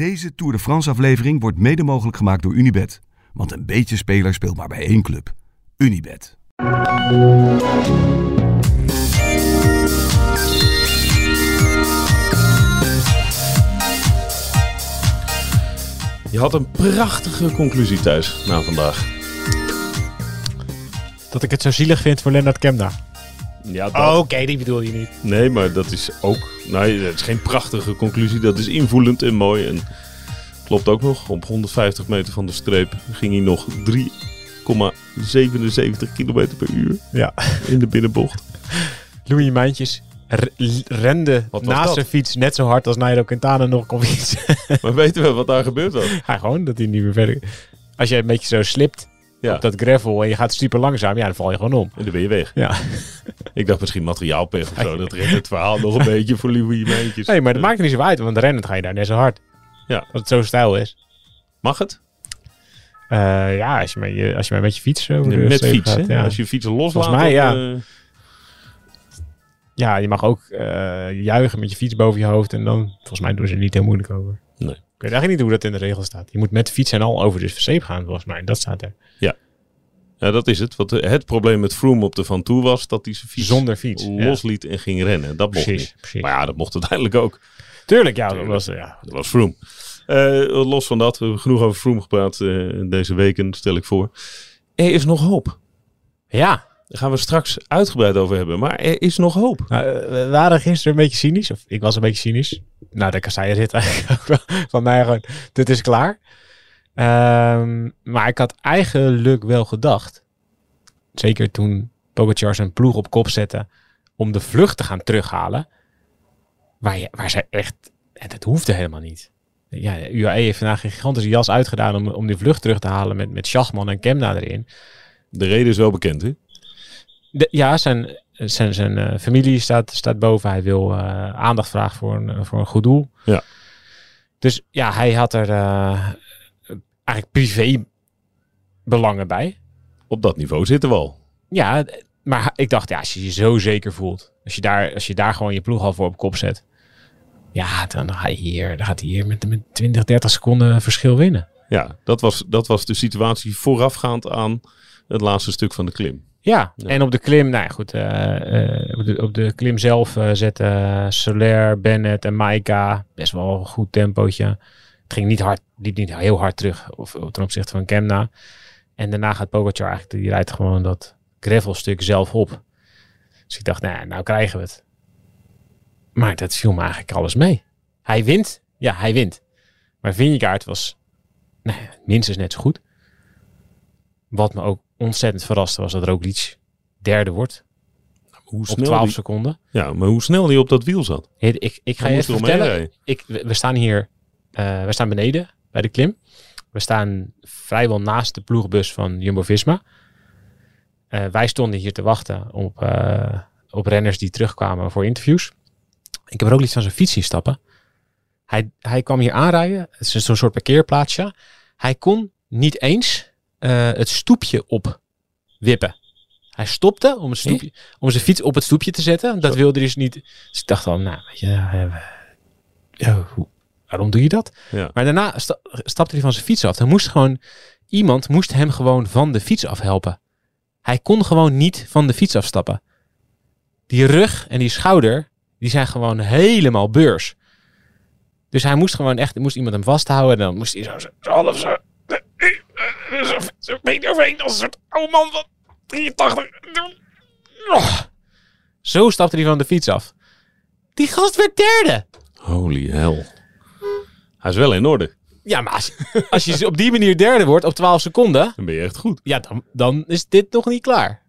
Deze Tour de France aflevering wordt mede mogelijk gemaakt door Unibet. Want een beetje speler speelt maar bij één club. Unibet. Je had een prachtige conclusie thuis na vandaag. Dat ik het zo zielig vind voor Lennart Kemna. Ja, dat... Oké, die bedoel je niet. Nee, maar dat is ook... Nee, dat is geen prachtige conclusie. Dat is invoelend en mooi. En klopt ook nog. Op 150 meter van de streep ging hij nog 3,77 kilometer per uur. Ja. In de binnenbocht. Louis Mijntjes rende naast zijn fiets net zo hard als Nairo Quintana nog kon fietsen. Maar weten we wat daar gebeurd was? Ja, gewoon dat hij niet meer verder... Als je een beetje zo slipt op dat gravel en je gaat super langzaam, ja, dan val je gewoon om. En dan ben je weg. Ja. Ik dacht misschien materiaalpech of zo. Dat redt het verhaal nog een beetje voor Louis Mijntjes. Nee, maar dat maakt er niet zo uit, want rennend ga je daar net zo hard. Ja. Als het zo stijl is. Mag het? Ja, als je maar met je fiets over de met streep fiets, gaat, hè? ja. Als je fiets loslaat. Volgens mij, ja. Dan, Ja, je mag ook juichen met je fiets boven je hoofd. En dan, volgens mij doen ze er niet heel moeilijk over. Nee. Ik weet eigenlijk niet hoe dat in de regel staat. Je moet met fiets en al over de streep gaan, volgens mij. Dat staat er. Ja. Ja, dat is het. Want het probleem met Froome op de Van Toe was dat hij zijn fiets zonder fiets losliet en ging rennen. Dat mocht niet. Precies. Maar ja, dat mocht uiteindelijk ook. Tuurlijk, ja. Tuurlijk. Dat was Froome. Los van dat, we hebben genoeg over Froome gepraat deze weken, stel ik voor. Er is nog hoop. Ja. Daar gaan we straks uitgebreid over hebben. Maar er is nog hoop. We waren gisteren een beetje cynisch. Of ik was een beetje cynisch. Nou, de kasseien eigenlijk ook wel. Van mij gewoon, dit is klaar. Maar ik had eigenlijk wel gedacht. Zeker toen Pogacar zijn ploeg op kop zette. Om de vlucht te gaan terughalen. Waar zij echt... En dat hoefde helemaal niet. Ja, UAE heeft vandaag een gigantische jas uitgedaan om die vlucht terug te halen met Schachman en Kemna erin. De reden is wel bekend, hè? Zijn familie staat boven. Hij wil aandacht vragen voor een goed doel. Ja. Dus ja, hij had er eigenlijk privé belangen bij. Op dat niveau zitten we al. Ja, maar ik dacht, ja, als je je zo zeker voelt. Als je daar gewoon je ploeg al voor op kop zet. Ja, dan gaat hij hier met 20, 30 seconden verschil winnen. Ja, dat was de situatie voorafgaand aan het laatste stuk van de klim. Ja, en op de klim, nou ja, goed, op de klim zelf zetten Soler, Bennett en Maika best wel een goed tempootje. Het ging niet hard, liep niet heel hard terug ten opzichte van Kemna. En daarna gaat Pogacar eigenlijk, die rijdt gewoon dat gravelstuk zelf op. Dus ik dacht, nou krijgen we het. Maar dat viel me eigenlijk alles mee. Hij wint, ja, hij wint. Maar Vingegaard was minstens net zo goed. Wat me ook ontzettend verraste was dat Roglic derde wordt. Hoe op 12 seconden. Ja, maar hoe snel hij op dat wiel zat. Ik ga je even vertellen. We staan hier, we staan beneden bij de klim. We staan vrijwel naast de ploegbus van Jumbo-Visma. Wij stonden hier te wachten op renners die terugkwamen voor interviews. Ik heb Roglic van zijn fiets zien stappen. Hij kwam hier aanrijden. Het is zo'n soort parkeerplaatsje. Hij kon niet eens het stoepje opwippen. Hij stopte om zijn fiets op het stoepje te zetten. Dat wilde hij dus niet. Dus ik dacht al, waarom doe je dat? Ja. Maar daarna stapte hij van zijn fiets af. Iemand moest hem gewoon van de fiets af helpen. Hij kon gewoon niet van de fiets afstappen. Die rug en die schouder, die zijn gewoon helemaal beurs. Dus hij moest gewoon moest iemand hem vasthouden. En dan moest hij zo half zo meter overheen als een soort oude man van 83. Zo stapte hij van de fiets af. Die gast werd derde. Holy hell. Hij is wel in orde. Ja, maar als je op die manier derde wordt op 12 seconden... Dan ben je echt goed. Ja, dan is dit nog niet klaar.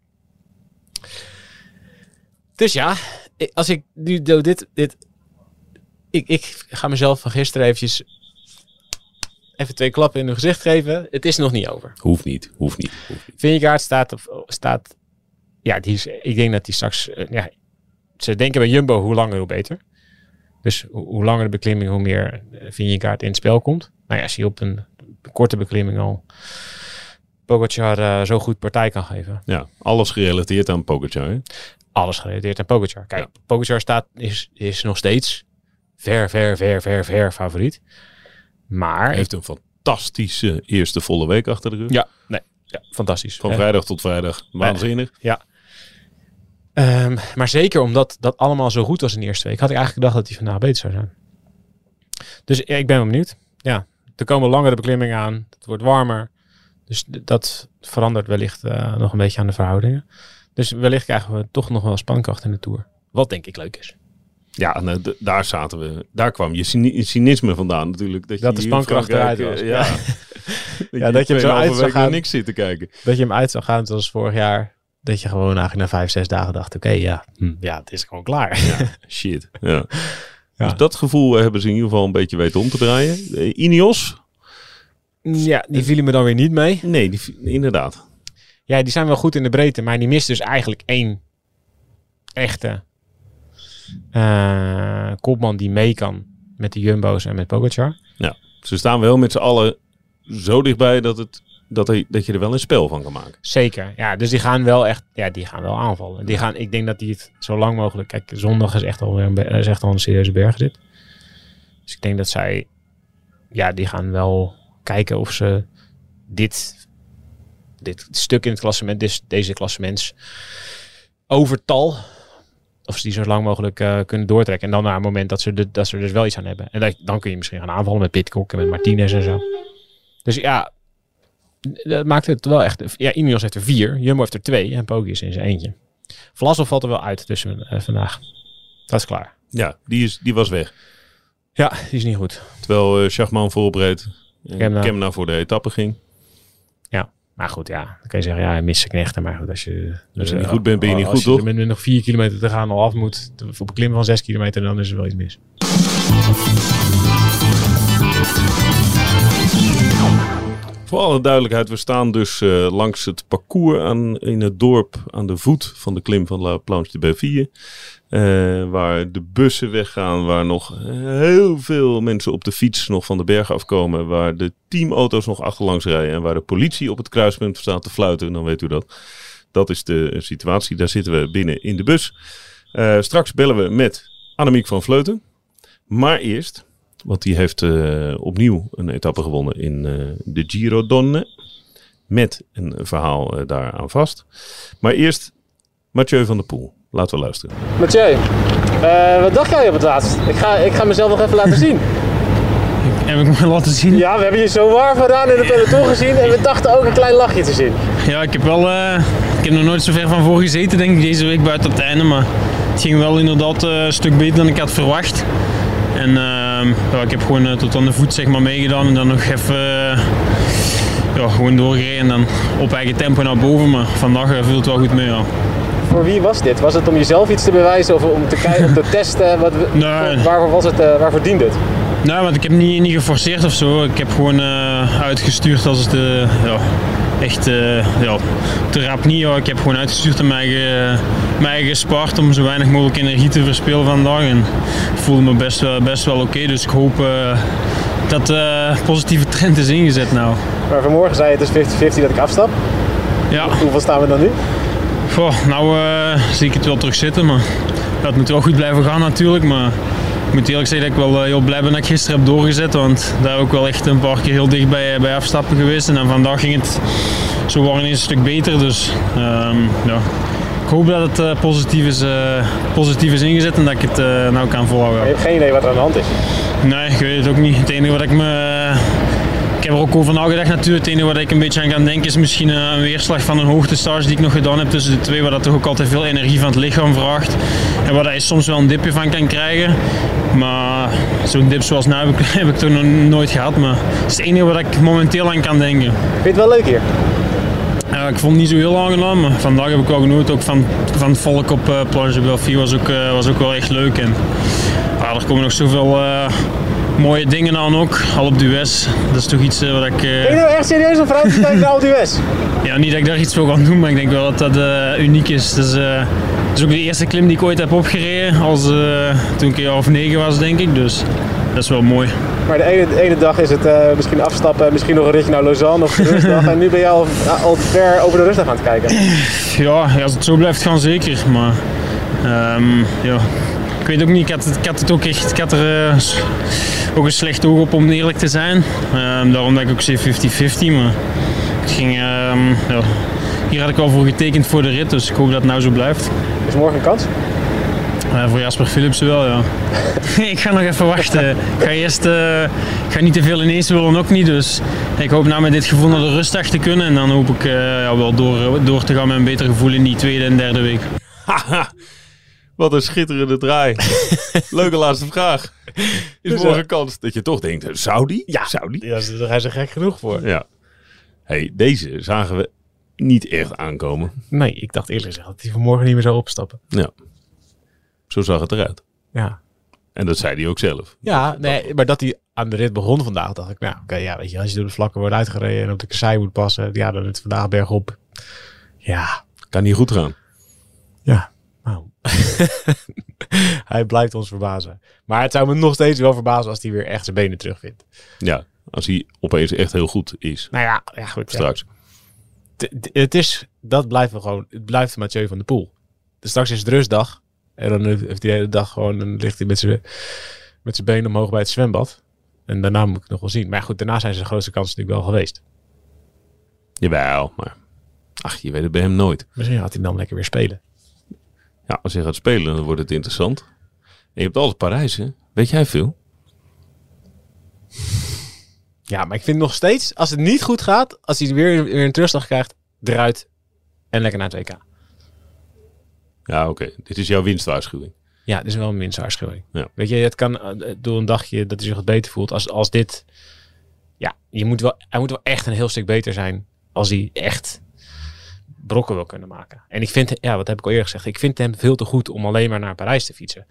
Dus ja, als ik nu doe dit... Ik ga mezelf van gisteren eventjes... Even 2 klappen in hun gezicht geven. Het is nog niet over. Hoeft niet. Vingegaard staat ja, ik denk dat die straks... ze denken bij Jumbo hoe langer hoe beter. Dus hoe langer de beklimming, hoe meer Vingegaard in het spel komt. Nou ja, als je op een korte beklimming al Pogacar zo goed partij kan geven. Ja, alles gerelateerd aan Pogacar. Hè? Alles gerelateerd aan Pogacar. Kijk, Pogacar is nog steeds ver favoriet. Maar... Hij heeft een fantastische eerste volle week achter de rug. Ja, fantastisch. Van vrijdag tot vrijdag. Waanzinnig. Ja. Maar zeker omdat dat allemaal zo goed was in de eerste week, had ik eigenlijk gedacht dat hij vandaag beter zou zijn. Dus ik ben wel benieuwd. Ja, er komen langere beklimmingen aan. Het wordt warmer. Dus dat verandert wellicht nog een beetje aan de verhoudingen. Dus wellicht krijgen we toch nog wel spannkracht in de Tour. Wat denk ik leuk is. Ja, nou, daar zaten we. Daar kwam je cynisme vandaan natuurlijk. Dat de spankracht eruit was. Dat je hem zo uit zou gaan. Niks zit te kijken. Dat je hem uit zou gaan zoals vorig jaar. Dat je gewoon eigenlijk na 5-6 dagen dacht, oké, het is gewoon klaar. Ja, shit. Ja. Dus dat gevoel hebben ze in ieder geval een beetje weten om te draaien. Ineos? Ja, die vielen me dan weer niet mee. Nee, inderdaad. Ja, die zijn wel goed in de breedte, maar die mist dus eigenlijk één echte kopman die mee kan met de Jumbo's en met Pogacar. Ja, ze staan wel met z'n allen zo dichtbij dat je er wel een spel van kan maken. Zeker, ja. Dus die gaan wel aanvallen. Ik denk dat die het zo lang mogelijk... Kijk, zondag is echt al een serieuze bergrit. Dus ik denk dat zij... Ja, die gaan wel kijken of ze dit stuk in het klassement, deze klassements overtal, of ze die zo lang mogelijk kunnen doortrekken. En dan naar het moment dat ze er dus wel iets aan hebben. En dan kun je misschien gaan aanvallen met Pidcock en met Martinez en zo. Dus ja, dat maakt het wel echt... Ja, Ineos heeft er 4, Jumbo heeft er 2 en Poggi is in zijn eentje. Vlasov valt er wel uit tussen vandaag. Dat is klaar. Ja, die was weg. Ja, die is niet goed. Terwijl Schachman voorbreed en Kemna voor de etappe ging. Ja, maar goed, ja. Dan kan je zeggen, hij mist zijn knechten. Maar goed, als je niet goed bent, ben je niet goed, toch? Als je met nog 4 kilometer te gaan al af moet, voor een klim van 6 kilometer, dan is er wel iets mis. Voor alle duidelijkheid, we staan dus langs het parcours in het dorp aan de voet van de klim van La Planche de Belleville. Waar de bussen weggaan, waar nog heel veel mensen op de fiets nog van de berg afkomen. Waar de teamauto's nog achterlangs rijden en waar de politie op het kruispunt staat te fluiten. Dan weet u dat. Dat is de situatie. Daar zitten we binnen in de bus. Straks bellen we met Annemiek van Vleuten. Maar eerst... Want die heeft opnieuw een etappe gewonnen in de Giro Donne. Met een verhaal daaraan vast. Maar eerst Mathieu van der Poel. Laten we luisteren. Mathieu, wat dacht jij op het laatst? Ik ga mezelf nog even laten zien. Heb ik me laten zien? Ja, we hebben je zo waar vandaan in de peloton gezien. En we dachten ook een klein lachje te zien. Ja, ik heb nog nooit zo ver van voor gezeten, denk ik, deze week buiten op het einde. Maar het ging wel inderdaad een stuk beter dan ik had verwacht. En ik heb gewoon tot aan de voet zeg maar meegedaan en dan nog even gewoon doorgereden en dan op eigen tempo naar boven. Maar vandaag viel het wel goed mee. Ja. Voor wie was dit? Was het om jezelf iets te bewijzen of om te kijken, om te testen? Nee. Waarvoor dient het? Nee, want ik heb niet geforceerd of zo. Ik heb gewoon uitgestuurd als het echt te rap niet. Ik heb gewoon uitgestuurd en mij gespaard om zo weinig mogelijk energie te verspillen vandaag. En ik voelde me best wel oké. Dus ik hoop dat de positieve trend is ingezet nou. Maar vanmorgen zei je het is 50-50 dat ik afstap. Ja. Hoeveel staan we dan nu? Nou zie ik het wel terug zitten, maar dat moet wel goed blijven gaan natuurlijk. Maar ik moet eerlijk zeggen dat ik wel heel blij ben dat ik gisteren heb doorgezet, want daar ook wel echt een paar keer heel dicht bij afstappen geweest. En dan vandaag ging het zo waren een stuk beter, dus ik hoop dat het positief is ingezet en dat ik het nou kan volhouden. Je hebt geen idee wat er aan de hand is? Nee, ik weet het ook niet. Het enige wat ik heb er ook over nagedacht natuurlijk. Het enige wat ik een beetje aan kan denken is misschien een weerslag van een hoogtestage die ik nog gedaan heb tussen de twee, waar dat toch ook altijd veel energie van het lichaam vraagt. En waar je soms wel een dipje van kan krijgen. Maar zo'n dip zoals nu heb ik toch nog nooit gehad. Maar het is het enige wat ik momenteel aan kan denken. Vind je het wel leuk hier? Ik vond het niet zo heel aangenaam, maar vandaag heb ik wel genoten. Ook van het volk op Planche de Belleville was ook wel echt leuk. En er komen nog zoveel mooie dingen aan ook, Alpe d'Huez. Dat is toch iets wat ik... Ben je nou echt serieus om vooruit te kijken naar Alpe d'Huez? Ja, niet dat ik daar iets voor ga doen, maar ik denk wel dat dat uniek is. Dat is ook de eerste klim die ik ooit heb opgereden, toen ik een jaar of 9 was, denk ik. Dus dat is wel mooi. Maar de ene dag is het misschien afstappen, misschien nog een ritje naar Lausanne of de rustdag. En nu ben je al ver over de rustdag aan het kijken. Ja, als het zo blijft gaan zeker. Maar Ik weet ook niet, ik had er ook een slecht oog op om eerlijk te zijn. Daarom dat ik ook zei 50-50, maar ik ging, hier had ik al voor getekend voor de rit, dus ik hoop dat het nou zo blijft. Is morgen een kans? Voor Jasper Philipsen wel, ja. Ik ga nog even wachten. Ik ga niet te veel ineens willen, ook niet. Dus ik hoop nou met dit gevoel naar de rustdag te kunnen. En dan hoop ik wel door te gaan met een beter gevoel in die tweede en derde week. Haha, wat een schitterende draai. Leuke laatste vraag. Is morgen een kans dat je toch denkt, zou die? Ja, zou die? Ja, daar is er gek genoeg voor. Ja. Hey, deze zagen we niet echt aankomen. Nee, ik dacht eerlijk gezegd dat hij vanmorgen niet meer zou opstappen. Ja. Zo zag het eruit. Ja. En dat zei hij ook zelf. Ja, nee, maar dat hij aan de rit begon vandaag, dacht ik, nou, oké, ja, weet je, als je door de vlakken wordt uitgereden en op de kassei moet passen, ja, dan is het vandaag bergop. Ja. Kan niet goed gaan. Ja. Nou. Hij blijft ons verbazen. Maar het zou me nog steeds wel verbazen als hij weer echt zijn benen terugvindt. Ja, als hij opeens echt heel goed is. Nou ja, goed. Straks. Ja. Dat blijft gewoon, het blijft Mathieu van der Poel. Dus straks is het rustdag. En dan heeft hij de hele dag gewoon, dan ligt hij met zijn benen omhoog bij het zwembad. En daarna moet ik nog wel zien. Maar goed, daarna zijn zijn grootste kansen natuurlijk wel geweest. Jawel, maar ach, je weet het bij hem nooit. Misschien gaat hij dan lekker weer spelen. Ja, als hij gaat spelen, dan wordt het interessant. En je hebt altijd Parijs, hè? Weet jij veel? Ja, maar ik vind nog steeds, als het niet goed gaat, als hij weer een terugslag krijgt, eruit en lekker naar het WK. Ja, oké. Dit is jouw winstwaarschuwing. Ja, dit is wel een winstwaarschuwing. Ja. Weet je, het kan door een dagje dat hij zich wat beter voelt. Als dit, ja, hij moet wel echt een heel stuk beter zijn als hij echt brokken wil kunnen maken. En ik vind, ja, wat heb ik al eerder gezegd, ik vind hem veel te goed om alleen maar naar Parijs te fietsen.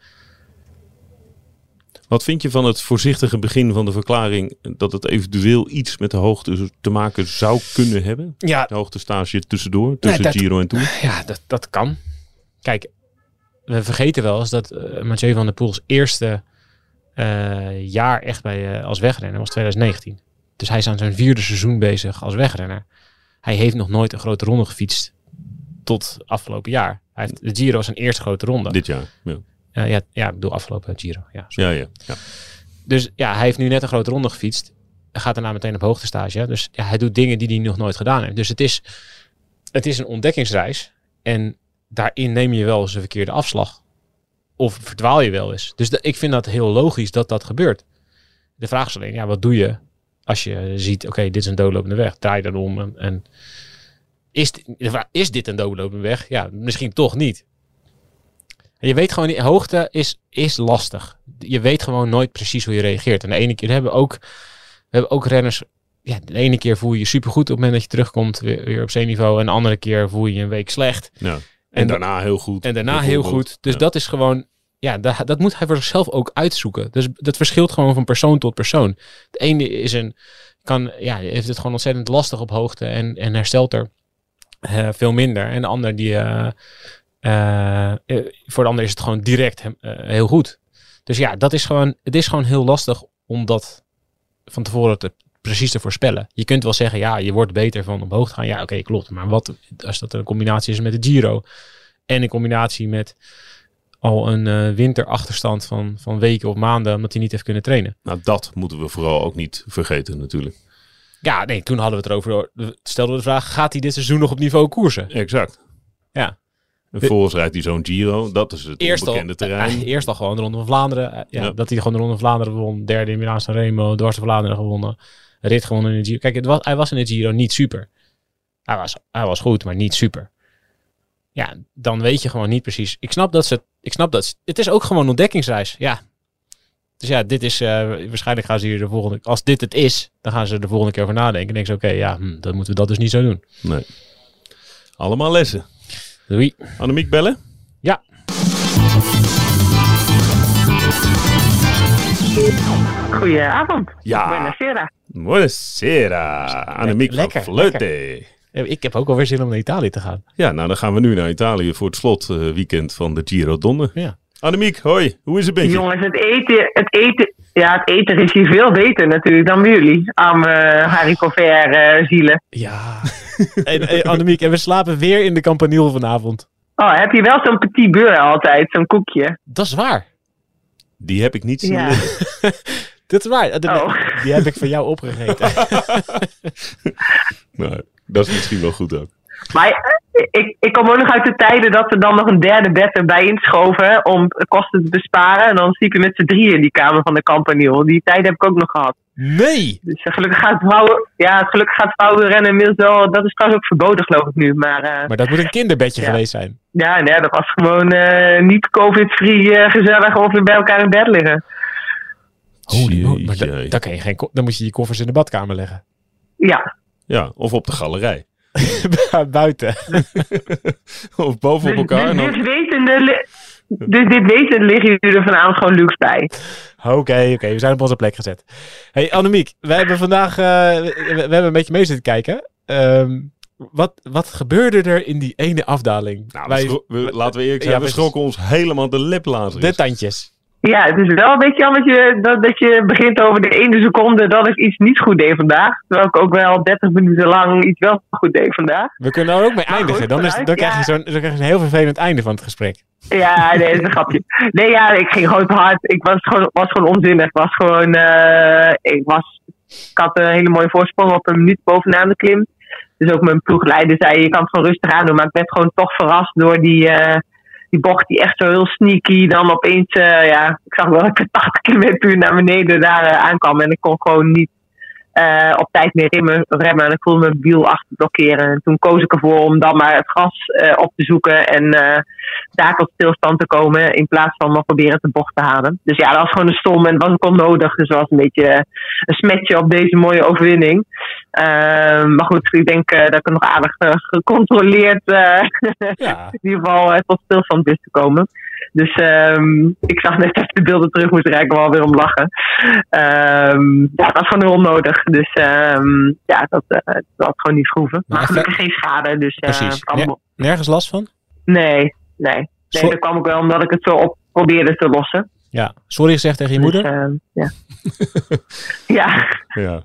Wat vind je van het voorzichtige begin van de verklaring dat het eventueel iets met de hoogte te maken zou kunnen hebben? Ja. De hoogtestage tussendoor, tussen Giro en Tour? Ja, dat kan. Kijk, we vergeten wel eens dat Mathieu van der Poel's eerste jaar echt als wegrenner was 2019. Dus hij is aan zijn 4e seizoen bezig als wegrenner. Hij heeft nog nooit een grote ronde gefietst tot afgelopen jaar. Hij heeft de Giro zijn eerste grote ronde. Dit jaar, ja. Ik bedoel afgelopen Giro. Ja. Ja. Dus ja, hij heeft nu net een grote ronde gefietst. Hij gaat daarna meteen op hoogtestage. Dus ja, hij doet dingen die hij nog nooit gedaan heeft. Dus het is een ontdekkingsreis. En daarin neem je wel eens een verkeerde afslag. Of verdwaal je wel eens. Dus ik vind dat heel logisch dat dat gebeurt. De vraag is alleen, ja, wat doe je als je ziet, oké, dit is een doodlopende weg. Draai dan om. En is dit een doodlopende weg? Ja, misschien toch niet. En je weet gewoon niet, hoogte is lastig. Je weet gewoon nooit precies hoe je reageert. En de ene keer we hebben ook renners. Ja, de ene keer voel je je supergoed op het moment dat je terugkomt weer op zeeniveau. En de andere keer voel je een week slecht. Ja. En daarna heel goed. En daarna heel goed. Dus dat is gewoon, ja, dat moet hij voor zichzelf ook uitzoeken. Dus dat verschilt gewoon van persoon tot persoon. De ene heeft het gewoon ontzettend lastig op hoogte en herstelt er veel minder. En de ander voor de ander is het gewoon direct heel goed. Dus ja, het is gewoon heel lastig om dat van tevoren precies te voorspellen. Je kunt wel zeggen, ja, je wordt beter van op hoogte gaan. Ja, oké, klopt. Maar wat als dat een combinatie is met de Giro en in combinatie met al een winterachterstand van weken of maanden omdat hij niet heeft kunnen trainen. Nou, dat moeten we vooral ook niet vergeten natuurlijk. Ja, nee, toen hadden we het erover. Stelden we de vraag, gaat hij dit seizoen nog op niveau koersen? Exact. Ja. En vervolgens rijdt hij zo'n Giro. Dat is het onbekende terrein. Eerst al gewoon de Ronde van Vlaanderen. Dat hij gewoon de Ronde van Vlaanderen won. Derde in Milaan-San Remo. Dwars de Vlaanderen gewonnen. Rit gewonnen in de Giro. Kijk, hij was in de Giro niet super. Hij was goed, maar niet super. Ja, dan weet je gewoon niet precies. Ik snap dat het is ook gewoon een ontdekkingsreis. Ja. Dus ja, dit is waarschijnlijk gaan ze hier de volgende. Als dit het is, dan gaan ze er de volgende keer over nadenken. En denken ze, oké, dan moeten we dat dus niet zo doen. Nee. Allemaal lessen. Doei. Annemiek bellen? Ja. Goedenavond. Ja. Buonasera. Buonasera. Annemiek Lekker, van Vleuten. Ik heb ook alweer zin om naar Italië te gaan. Ja, nou dan gaan we nu naar Italië voor het slotweekend van de Giro Donne. Ja. Annemiek, hoi. Hoe is het met je? Jongens, het eten is hier veel beter natuurlijk dan bij jullie. Arme haricot vert zielen. Ja. en Annemiek, en we slapen weer in de Campanile vanavond. Oh, heb je wel zo'n petit beurre altijd, zo'n koekje? Dat is waar. Die heb ik niet zien Ja. liggen. Dat is waar. Oh. Die heb ik van jou opgegeten. Nou, dat is misschien wel goed ook. Maar ik kom ook nog uit de tijden dat we dan nog een derde bed erbij inschoven om kosten te besparen. En dan sliepen we met z'n drieën in die kamer van de Campanile. Die tijd heb ik ook nog gehad. Nee! Dus gelukkig gaat vrouwenrennen inmiddels wel. Dat is trouwens ook verboden, geloof ik nu. Maar Maar dat moet een kinderbedje Ja. geweest zijn. ja, nee, dat was gewoon niet covid-free gezellig of we bij elkaar in bed liggen. Holy moly. Maar Jee. dan kan je dan moet je je koffers in de badkamer leggen. Ja, Ja, of op de galerij. Buiten. Of bovenop elkaar. En dan... dit weten liggen jullie er vanavond gewoon luxe bij. Oké, we zijn op onze plek gezet. Hey Annemiek, wij hebben vandaag we hebben een beetje mee zitten kijken. Wat gebeurde er in die ene afdaling? Nou, laten we eerlijk zijn, Ja, we precies. schrokken ons helemaal de liplazen. De tandjes. Ja, het is wel een beetje jammer dat je begint over de ene seconde dat ik iets niet goed deed vandaag. Terwijl ik ook wel 30 minuten lang iets wel goed deed vandaag. We kunnen er ook mee Maar eindigen. goed, Dan vooruit, krijg je een heel vervelend einde van het gesprek. Ja, nee, dat is een grapje. Nee, ja, ik ging gewoon te hard. Ik was gewoon onzinnig. Ik had een hele mooie voorsprong op een minuut bovenaan de klim. Dus ook mijn ploegleider zei, je kan het gewoon rustig aan doen. Maar ik werd gewoon toch verrast door die bocht die echt zo heel sneaky. Dan opeens, ik zag wel dat ik 80 km/h naar beneden daar aankwam. En ik kon gewoon niet op tijd meer remmen. En ik voelde mijn wiel achterblokkeren. En toen koos ik ervoor om dan maar het gas op te zoeken. En daar tot stilstand te komen. In plaats van nog proberen de bocht te halen. Dus ja, dat was gewoon een stom. En dat was ook onnodig. Dus dat was een beetje een smetje op deze mooie overwinning. Maar goed, ik denk dat ik het nog aardig gecontroleerd Ja. in ieder geval tot stilstand wist te komen. Dus ik zag net even de beelden terug, moest er eigenlijk wel weer om lachen. Dat was gewoon heel onnodig. Dus dat was gewoon niet schroeven. Maar gelukkig geen schade. Dus, Precies. kwam Nergens last van? Nee, dat kwam ook wel omdat ik het zo op probeerde te lossen. Ja. Sorry gezegd tegen je moeder? Dus, ja. Ja,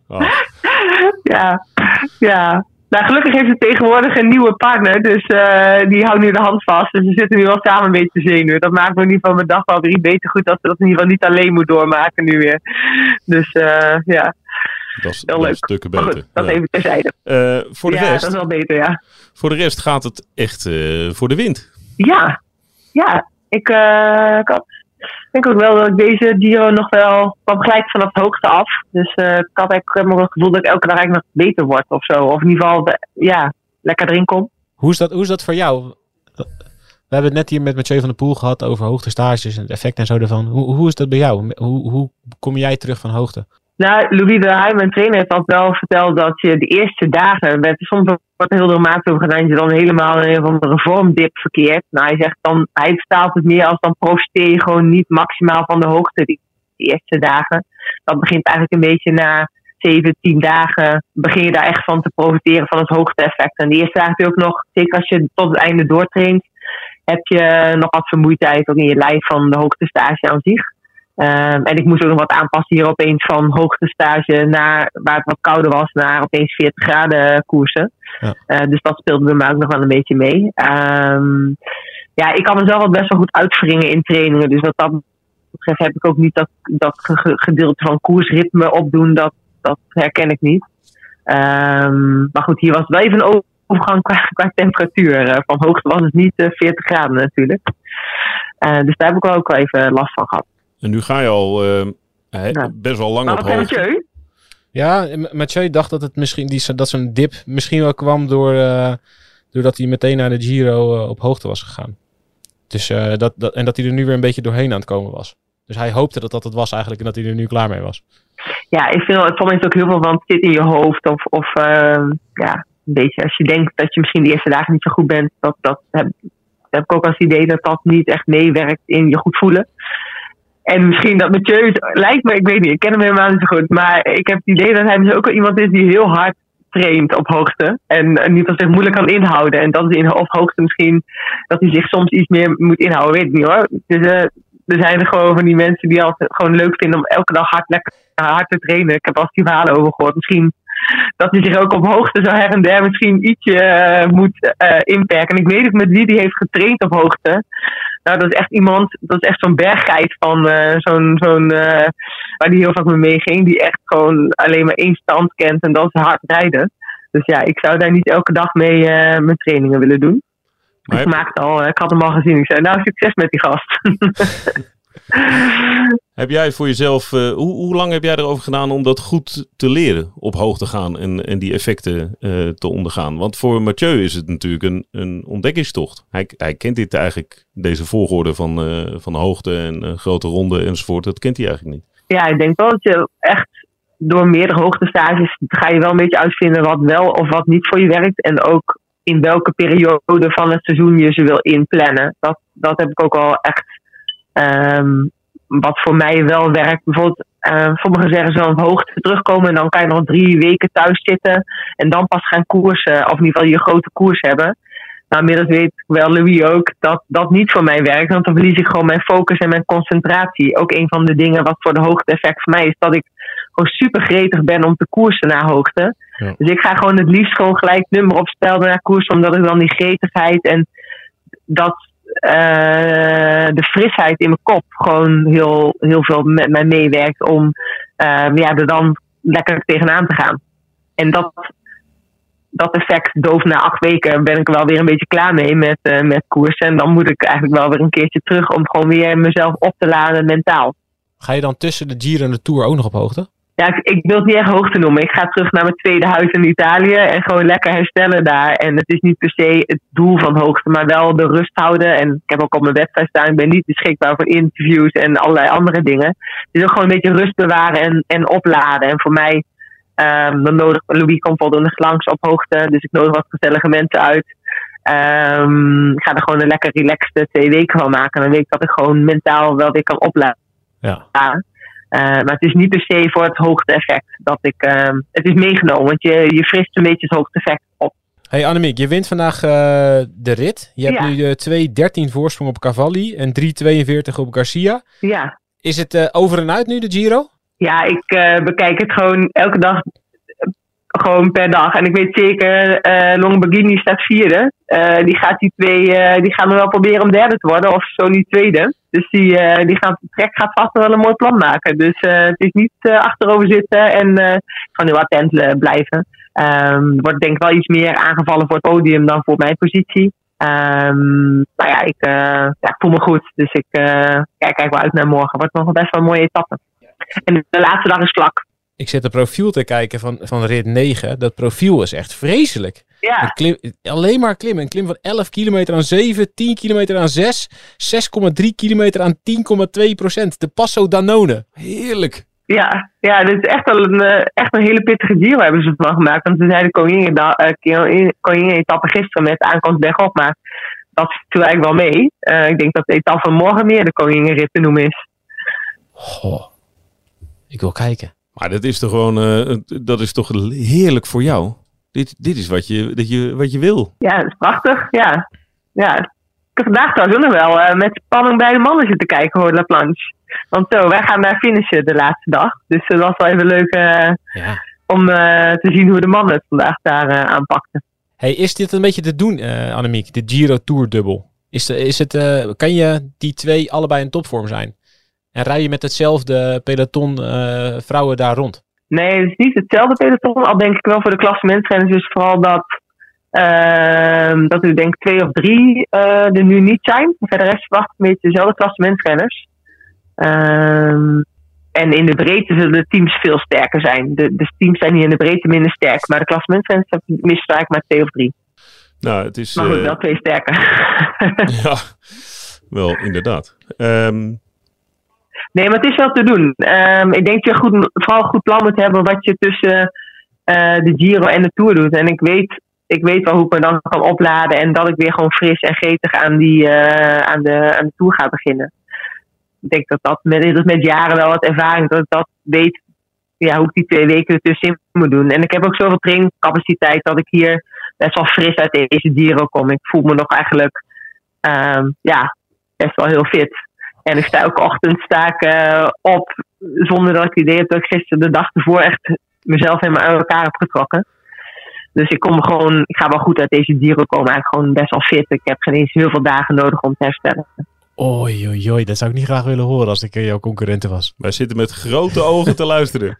Ja. Nou, gelukkig heeft ze tegenwoordig een nieuwe partner. Dus die houdt nu de hand vast. Dus we zitten nu wel samen een beetje te zenuwen. Dat maakt me in ieder geval mijn dag wel weer beter goed. Dat ze dat in ieder geval niet alleen moet doormaken nu weer. Dus ja. dat is Heel leuk. stukken Maar beter. goed, dat Ja. even terzijde. Voor de Ja, rest, dat is wel beter, ja. voor de rest gaat het echt voor de wind. Ja. Ik denk ook wel dat ik deze Giro nog wel kwam gelijk vanaf de hoogte af. Dus ik had eigenlijk wel het gevoel dat ik elke dag eigenlijk nog beter word of zo. Of in ieder geval, lekker erin kom. Hoe is dat voor jou? We hebben het net hier met Mathieu van der Poel gehad over hoogtestages en het effect en zo ervan. Hoe is dat bij jou? Hoe kom jij terug van hoogte? Nou, Louis de Heij, mijn trainer, heeft altijd wel verteld dat je de eerste dagen, soms wordt er heel dramatisch over gedaan, dat je dan helemaal in een of andere vormdip verkeert. Nou, hij zegt dan, hij vertaalt het meer als dan profiteer je gewoon niet maximaal van de hoogte die eerste dagen. Dat begint eigenlijk een beetje na 7-10 dagen, begin je daar echt van te profiteren van het hoogte-effect. En de eerste dagen heb je ook nog, zeker als je tot het einde doortraint, heb je nog wat vermoeidheid ook in je lijf van de hoogtestage aan zich. En ik moest ook nog wat aanpassen hier opeens van hoogtestage naar waar het wat kouder was naar opeens 40 graden koersen. Ja. Dus dat speelde bij mij ook nog wel een beetje mee. Ik kan mezelf wel best wel goed uitwringen in trainingen. Dus wat dat betreft heb ik ook niet dat gedeelte van koersritme opdoen. Dat herken ik niet. Maar goed, hier was het wel even een overgang qua temperatuur. Van hoogte was het niet 40 graden natuurlijk. Dus daar heb ik ook wel even last van gehad. En nu ga je al best wel lang Maar op wat hoogte. heb je? Ja, Mathieu dacht dat het misschien dat zo'n dip misschien wel kwam doordat hij meteen naar de Giro op hoogte was gegaan. Dus en dat hij er nu weer een beetje doorheen aan het komen was. Dus hij hoopte dat het was eigenlijk en dat hij er nu klaar mee was. Ja, ik vind het soms ook heel veel van het zit in je hoofd. Of een beetje als je denkt dat je misschien de eerste dagen niet zo goed bent. Dat heb ik ook als idee dat niet echt meewerkt in je goed voelen. En misschien dat Mathieu lijkt me, ik weet niet, ik ken hem helemaal niet zo goed. Maar ik heb het idee dat hij dus ook wel iemand is die heel hard traint op hoogte. En niet als zich moeilijk kan inhouden. En dat is op hoogte misschien dat hij zich soms iets meer moet inhouden, weet ik niet hoor. Dus er zijn er gewoon van die mensen die altijd gewoon leuk vinden om elke dag lekker hard te trainen. Ik heb al die verhalen over gehoord. Misschien dat hij zich ook op hoogte zo her en der misschien ietsje moet inperken. En ik weet ook met wie die heeft getraind op hoogte. Nou, dat is echt iemand, dat is echt zo'n berggeit van waar die heel vaak mee meeging. Die echt gewoon alleen maar één stand kent en dat is hard rijden. Dus ja, ik zou daar niet elke dag mee mijn trainingen willen doen. Ik had hem al gezien. Ik zei, nou, succes met die gast. Heb jij voor jezelf, hoe lang heb jij erover gedaan om dat goed te leren, op hoogte gaan en die effecten te ondergaan? Want voor Mathieu is het natuurlijk een ontdekkingstocht. Hij kent dit eigenlijk, deze volgorde van hoogte en grote ronde enzovoort. Dat kent hij eigenlijk niet. Ja, ik denk wel dat je echt door meerdere hoogtestages ga je wel een beetje uitvinden wat wel of wat niet voor je werkt. En ook in welke periode van het seizoen je ze wil inplannen. Dat heb ik ook al echt... wat voor mij wel werkt. Bijvoorbeeld, sommigen zeggen zo op hoogte terugkomen en dan kan je nog 3 weken thuis zitten en dan pas gaan koersen, of in ieder geval je grote koers hebben. Nou, inmiddels weet wel Louis ook dat dat niet voor mij werkt, want dan verlies ik gewoon mijn focus en mijn concentratie. Ook een van de dingen wat voor de hoogte effect voor mij is, dat ik gewoon super gretig ben om te koersen naar hoogte. Ja. Dus ik ga gewoon het liefst gewoon gelijk nummer opspelden naar koersen, omdat ik dan die gretigheid en dat de frisheid in mijn kop gewoon heel veel met mij meewerkt om er dan lekker tegenaan te gaan. En dat effect doof na 8 weken ben ik er wel weer een beetje klaar mee met koersen. En dan moet ik eigenlijk wel weer een keertje terug om gewoon weer mezelf op te laden mentaal. Ga je dan tussen de Giro en de Tour ook nog op hoogte? Ja, ik wil het niet echt hoogte noemen. Ik ga terug naar mijn tweede huis in Italië en gewoon lekker herstellen daar. En het is niet per se het doel van hoogte, maar wel de rust houden. En ik heb ook op mijn website staan, ik ben niet beschikbaar voor interviews en allerlei andere dingen. Het is ook gewoon een beetje rust bewaren en opladen. En voor mij, dan nodig Louis komt voldoende langs op hoogte, dus ik nodig wat gezellige mensen uit. Ik ga er gewoon een lekker relaxed 2 weken van maken. Dan weet ik dat ik gewoon mentaal wel weer kan opladen. Ja. Maar het is niet per se voor het hoogte-effect dat ik... het is meegenomen, want je frist een beetje het hoogte-effect op. Hey Annemiek, je wint vandaag de rit. Je hebt nu 2:13 voorsprong op Cavalli en 3:42 op Garcia. Ja. Is het over en uit nu, de Giro? Ja, ik bekijk het gewoon elke dag, gewoon per dag. En ik weet zeker, Longoborghini staat 4e. Die gaan nog wel proberen om 3e te worden, of zo niet 2e. Dus Trek gaat vast wel een mooi plan maken. Dus het is niet achterover zitten en van heel attent blijven. Er wordt denk ik wel iets meer aangevallen voor het podium dan voor mijn positie. Ik voel me goed. Dus ik kijk wel uit naar morgen. Wordt nog best wel een mooie etappe. En de laatste dag is vlak. Ik zit het profiel te kijken van rit 9. Dat profiel is echt vreselijk. Ja. Alleen maar klimmen. Een klim van 11 kilometer aan 7, 10 kilometer aan 6, 6,3 kilometer aan 10,2%. De Passo Danone. Heerlijk. Ja, dit is echt een hele pittige Giro hebben ze ervan gemaakt. Want ze zeiden de koningin-etappe gisteren met aankomst bergop. Maar dat viel eigenlijk wel mee. Ik denk dat de etappe van morgen meer de koninginrit te noemen is. Goh. Ik wil kijken. Maar dat is toch gewoon, dat is toch heerlijk voor jou? Dit is wat je wil. Ja, dat is prachtig. Ja. Ik heb vandaag trouwens ook nog wel met spanning bij de mannen zitten kijken voor La Planche. Want wij gaan daar finishen de laatste dag. Dus het was wel even leuk om te zien hoe de mannen het vandaag daar aanpakten. Hey, is dit een beetje te doen, Annemiek? De Giro Tour dubbel. Kan je die 2 allebei in topvorm zijn? En rij je met hetzelfde peloton vrouwen daar rond? Nee, het is niet hetzelfde peloton. Al denk ik wel voor de klassementsrenners. Dus vooral dat er denk ik 2 of 3 er nu niet zijn. Voor de rest verwacht ik een beetje dezelfde klassementsrenners. En in de breedte zullen de teams veel sterker zijn. De teams zijn hier in de breedte minder sterk. Maar de klassementsrenners hebben misvaak maar 2 of 3. Nou, het is... Maar goed, wel 2 sterker. Ja, wel inderdaad. Nee, maar het is wel te doen. Ik denk dat je vooral goed plan moet hebben wat je tussen de Giro en de Tour doet. En ik weet wel hoe ik me dan kan opladen en dat ik weer gewoon fris en gretig aan de Tour ga beginnen. Ik denk dat met jaren wel wat ervaring, dat ik dat weet hoe ik die 2 weken ertussenin moet doen. En ik heb ook zoveel trainingcapaciteit dat ik hier best wel fris uit deze Giro kom. Ik voel me nog eigenlijk best wel heel fit. En ik sta elke ochtend op zonder dat ik het idee heb dat ik gisteren de dag ervoor echt mezelf helemaal uit elkaar heb getrokken. Dus ik ga wel goed uit deze Giro komen. Eigenlijk gewoon best wel fit. Ik heb geen eens heel veel dagen nodig om te herstellen. Oei, dat zou ik niet graag willen horen als ik jouw concurrenten was. Wij zitten met grote ogen te luisteren.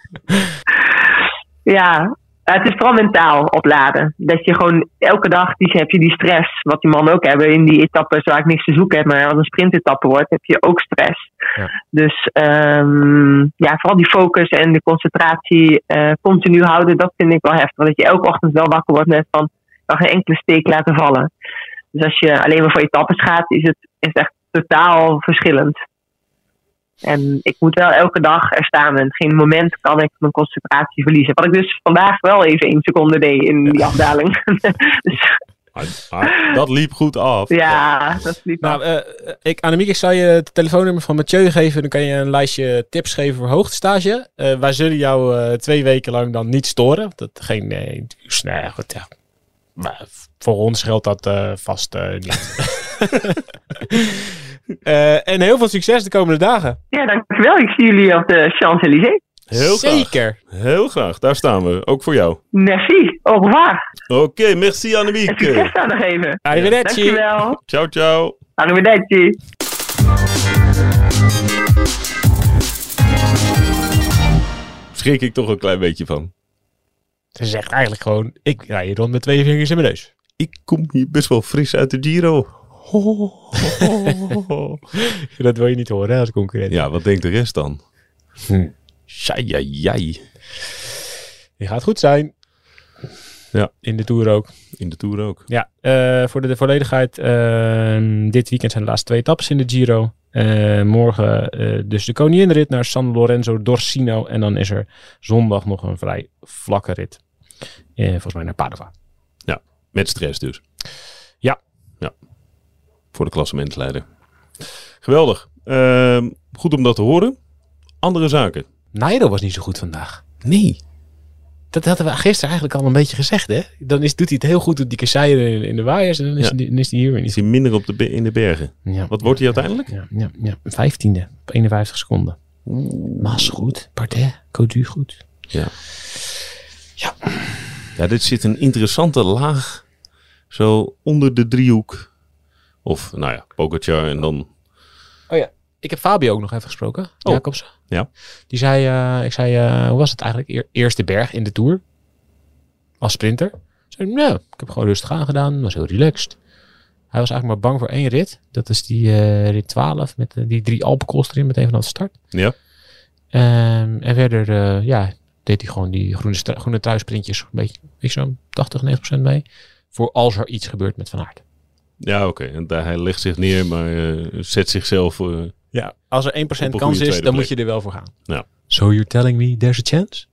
Ja, het is vooral mentaal opladen. Dat je gewoon elke dag heb je die stress, wat die mannen ook hebben in die etappes waar ik niks te zoeken heb. Maar als een sprintetappe wordt, heb je ook stress. Ja. Dus vooral die focus en de concentratie continu houden, dat vind ik wel heftig. Dat je elke ochtend wel wakker wordt met van, kan geen enkele steek laten vallen. Dus als je alleen maar voor etappes gaat, is het echt totaal verschillend. En ik moet wel elke dag er staan. En geen moment kan ik mijn concentratie verliezen. Wat ik dus vandaag wel even 1 seconde deed in die afdaling. Dus... dat liep goed af. Ja, dat liep af. Annemiek, ik zal je het telefoonnummer van Mathieu geven. Dan kan je een lijstje tips geven voor hoogtestage. Wij zullen jou 2 weken lang dan niet storen. Goed, ja. Maar voor ons geldt dat vast niet. En heel veel succes de komende dagen. Ja, dankjewel. Ik zie jullie op de Champs-Élysées. Heel Zeker. Graag. Heel graag. Daar staan we. Ook voor jou. Merci. Au revoir. Oké, merci Annemiek. En succes daar nog even. Arrivederci. Dankjewel. Ciao, ciao. Arrivederci. Schrik ik toch een klein beetje van. Ze zegt eigenlijk gewoon, ik rij hier rond met 2 vingers in mijn neus. Ik kom hier best wel fris uit de Giro. Dat wil je niet horen als concurrent. Ja, wat denkt de rest dan? Jij. Die gaat goed zijn. Ja. In de Tour ook. Ja, voor de volledigheid. Dit weekend zijn de laatste 2 etappes in de Giro. Morgen dus de koninginrit naar San Lorenzo d'Orsino. En dan is er zondag nog een vrij vlakke rit. Volgens mij naar Padova. Ja, met stress dus. Ja. Voor de klassementsleider. Geweldig. Goed om dat te horen. Andere zaken. Nairo was niet zo goed vandaag. Nee. Dat hadden we gisteren eigenlijk al een beetje gezegd, hè? Dan doet hij het heel goed op die kasseien in de waaiers. En dan is hij hier weer niet. Is hij minder in de bergen. Ja. Wat wordt hij uiteindelijk? Ja. 15e. Op 51 seconden. Mas goed. Bardet. Codu goed. Ja. Ja, dit zit een interessante laag. Zo onder de driehoek. Of, Pogacar en dan... Oh ja. Ik heb Fabio ook nog even gesproken. Jacobsen. Ja. Die zei, ik zei, hoe was het eigenlijk? Eerste berg in de Tour. Als sprinter. Zei, ik heb gewoon rustig aangedaan. Was heel relaxed. Hij was eigenlijk maar bang voor 1 rit. Dat is die rit 12 met die 3 Alpenkools erin meteen vanaf de start. Ja. En verder deed hij gewoon die groene truisprintjes een beetje, zo'n 80-90% mee. Voor als er iets gebeurt met Van Aert. Ja, oké. En hij legt zich neer, maar zet zichzelf... Ja, als er 1% kans is, dan moet je er wel voor gaan. Ja. So you're telling me there's a chance?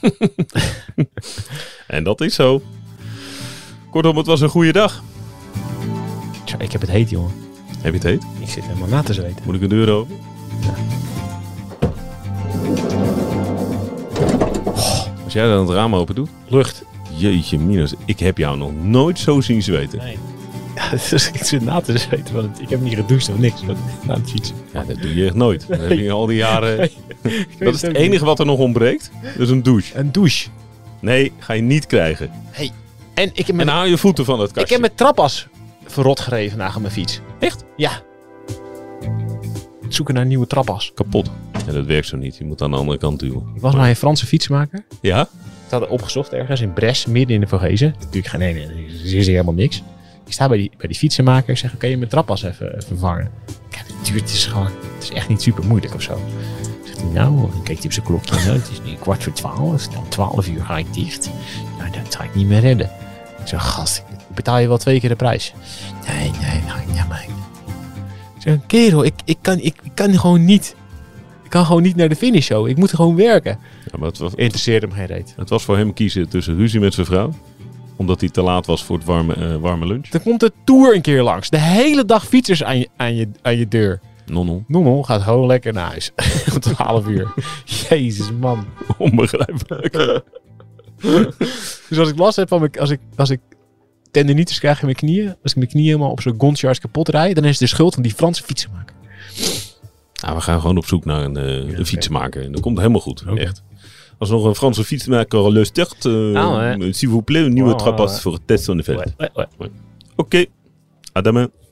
En dat is zo. Kortom, het was een goede dag. Ik heb het heet, jongen. Heb je het heet? Ik zit helemaal na te zweten. Moet ik een deur open? Ja. Als jij dan het raam open doet. Lucht. Jeetje minus. Ik heb jou nog nooit zo zien zweten. Nee. Ja, dus ik zit na te zweten, want ik heb niet gedoucht of niks na het fietsen. Ja, dat doe je echt nooit. Dat heb je al die jaren... Nee. Dat is het enige wat er nog ontbreekt. Dus een douche. Een douche? Nee, ga je niet krijgen. Hey. En haal je voeten van het kastje. Ik heb mijn trapas verrot gereden vandaag op mijn fiets. Echt? Ja. Zoeken naar een nieuwe trapas. Kapot. Ja, dat werkt zo niet. Je moet aan de andere kant duwen. Ik was maar een Franse fietsmaker. Ja? Ik had het opgezocht ergens in Bres, midden in de Vogezen. Natuurlijk, nee, er is helemaal niks. Ik sta bij die fietsenmaker. Ik zeg, kan je mijn trappas even vervangen? Kijk, het is echt niet super moeilijk of zo. Zegt hij, dan keek hij op zijn klokje. Het is nu 11:15. Dan 12 uur ga ik dicht. Nou, dat ga ik niet meer redden. Ik zeg, gast, betaal je wel 2 keer de prijs? Nee, maar... Ik zeg, kerel, ik kan gewoon niet. Ik kan gewoon niet naar de finish show. Ik moet gewoon werken. Ja, maar interesseert hem geen reet. Het was voor hem kiezen tussen ruzie met zijn vrouw. Omdat hij te laat was voor het warme lunch. Dan komt de Tour een keer langs. De hele dag fietsers aan je deur. Non gaat gewoon lekker naar huis. Om 12 uur. Jezus, man. Onbegrijpelijk. Dus als ik last heb van als ik tendinitis krijg in mijn knieën. Als ik mijn knieën helemaal op zo'n Gonchars kapot rijd. Dan is het de schuld van die Franse fietsenmaker. Nou, we gaan gewoon op zoek naar een fietsenmaker. En dat komt helemaal goed. Okay. Echt. Als nog een Franse fietsmaker luistert. S'il vous plaît, een nieuwe trappas voor het testen van de veld. Oké. À demain.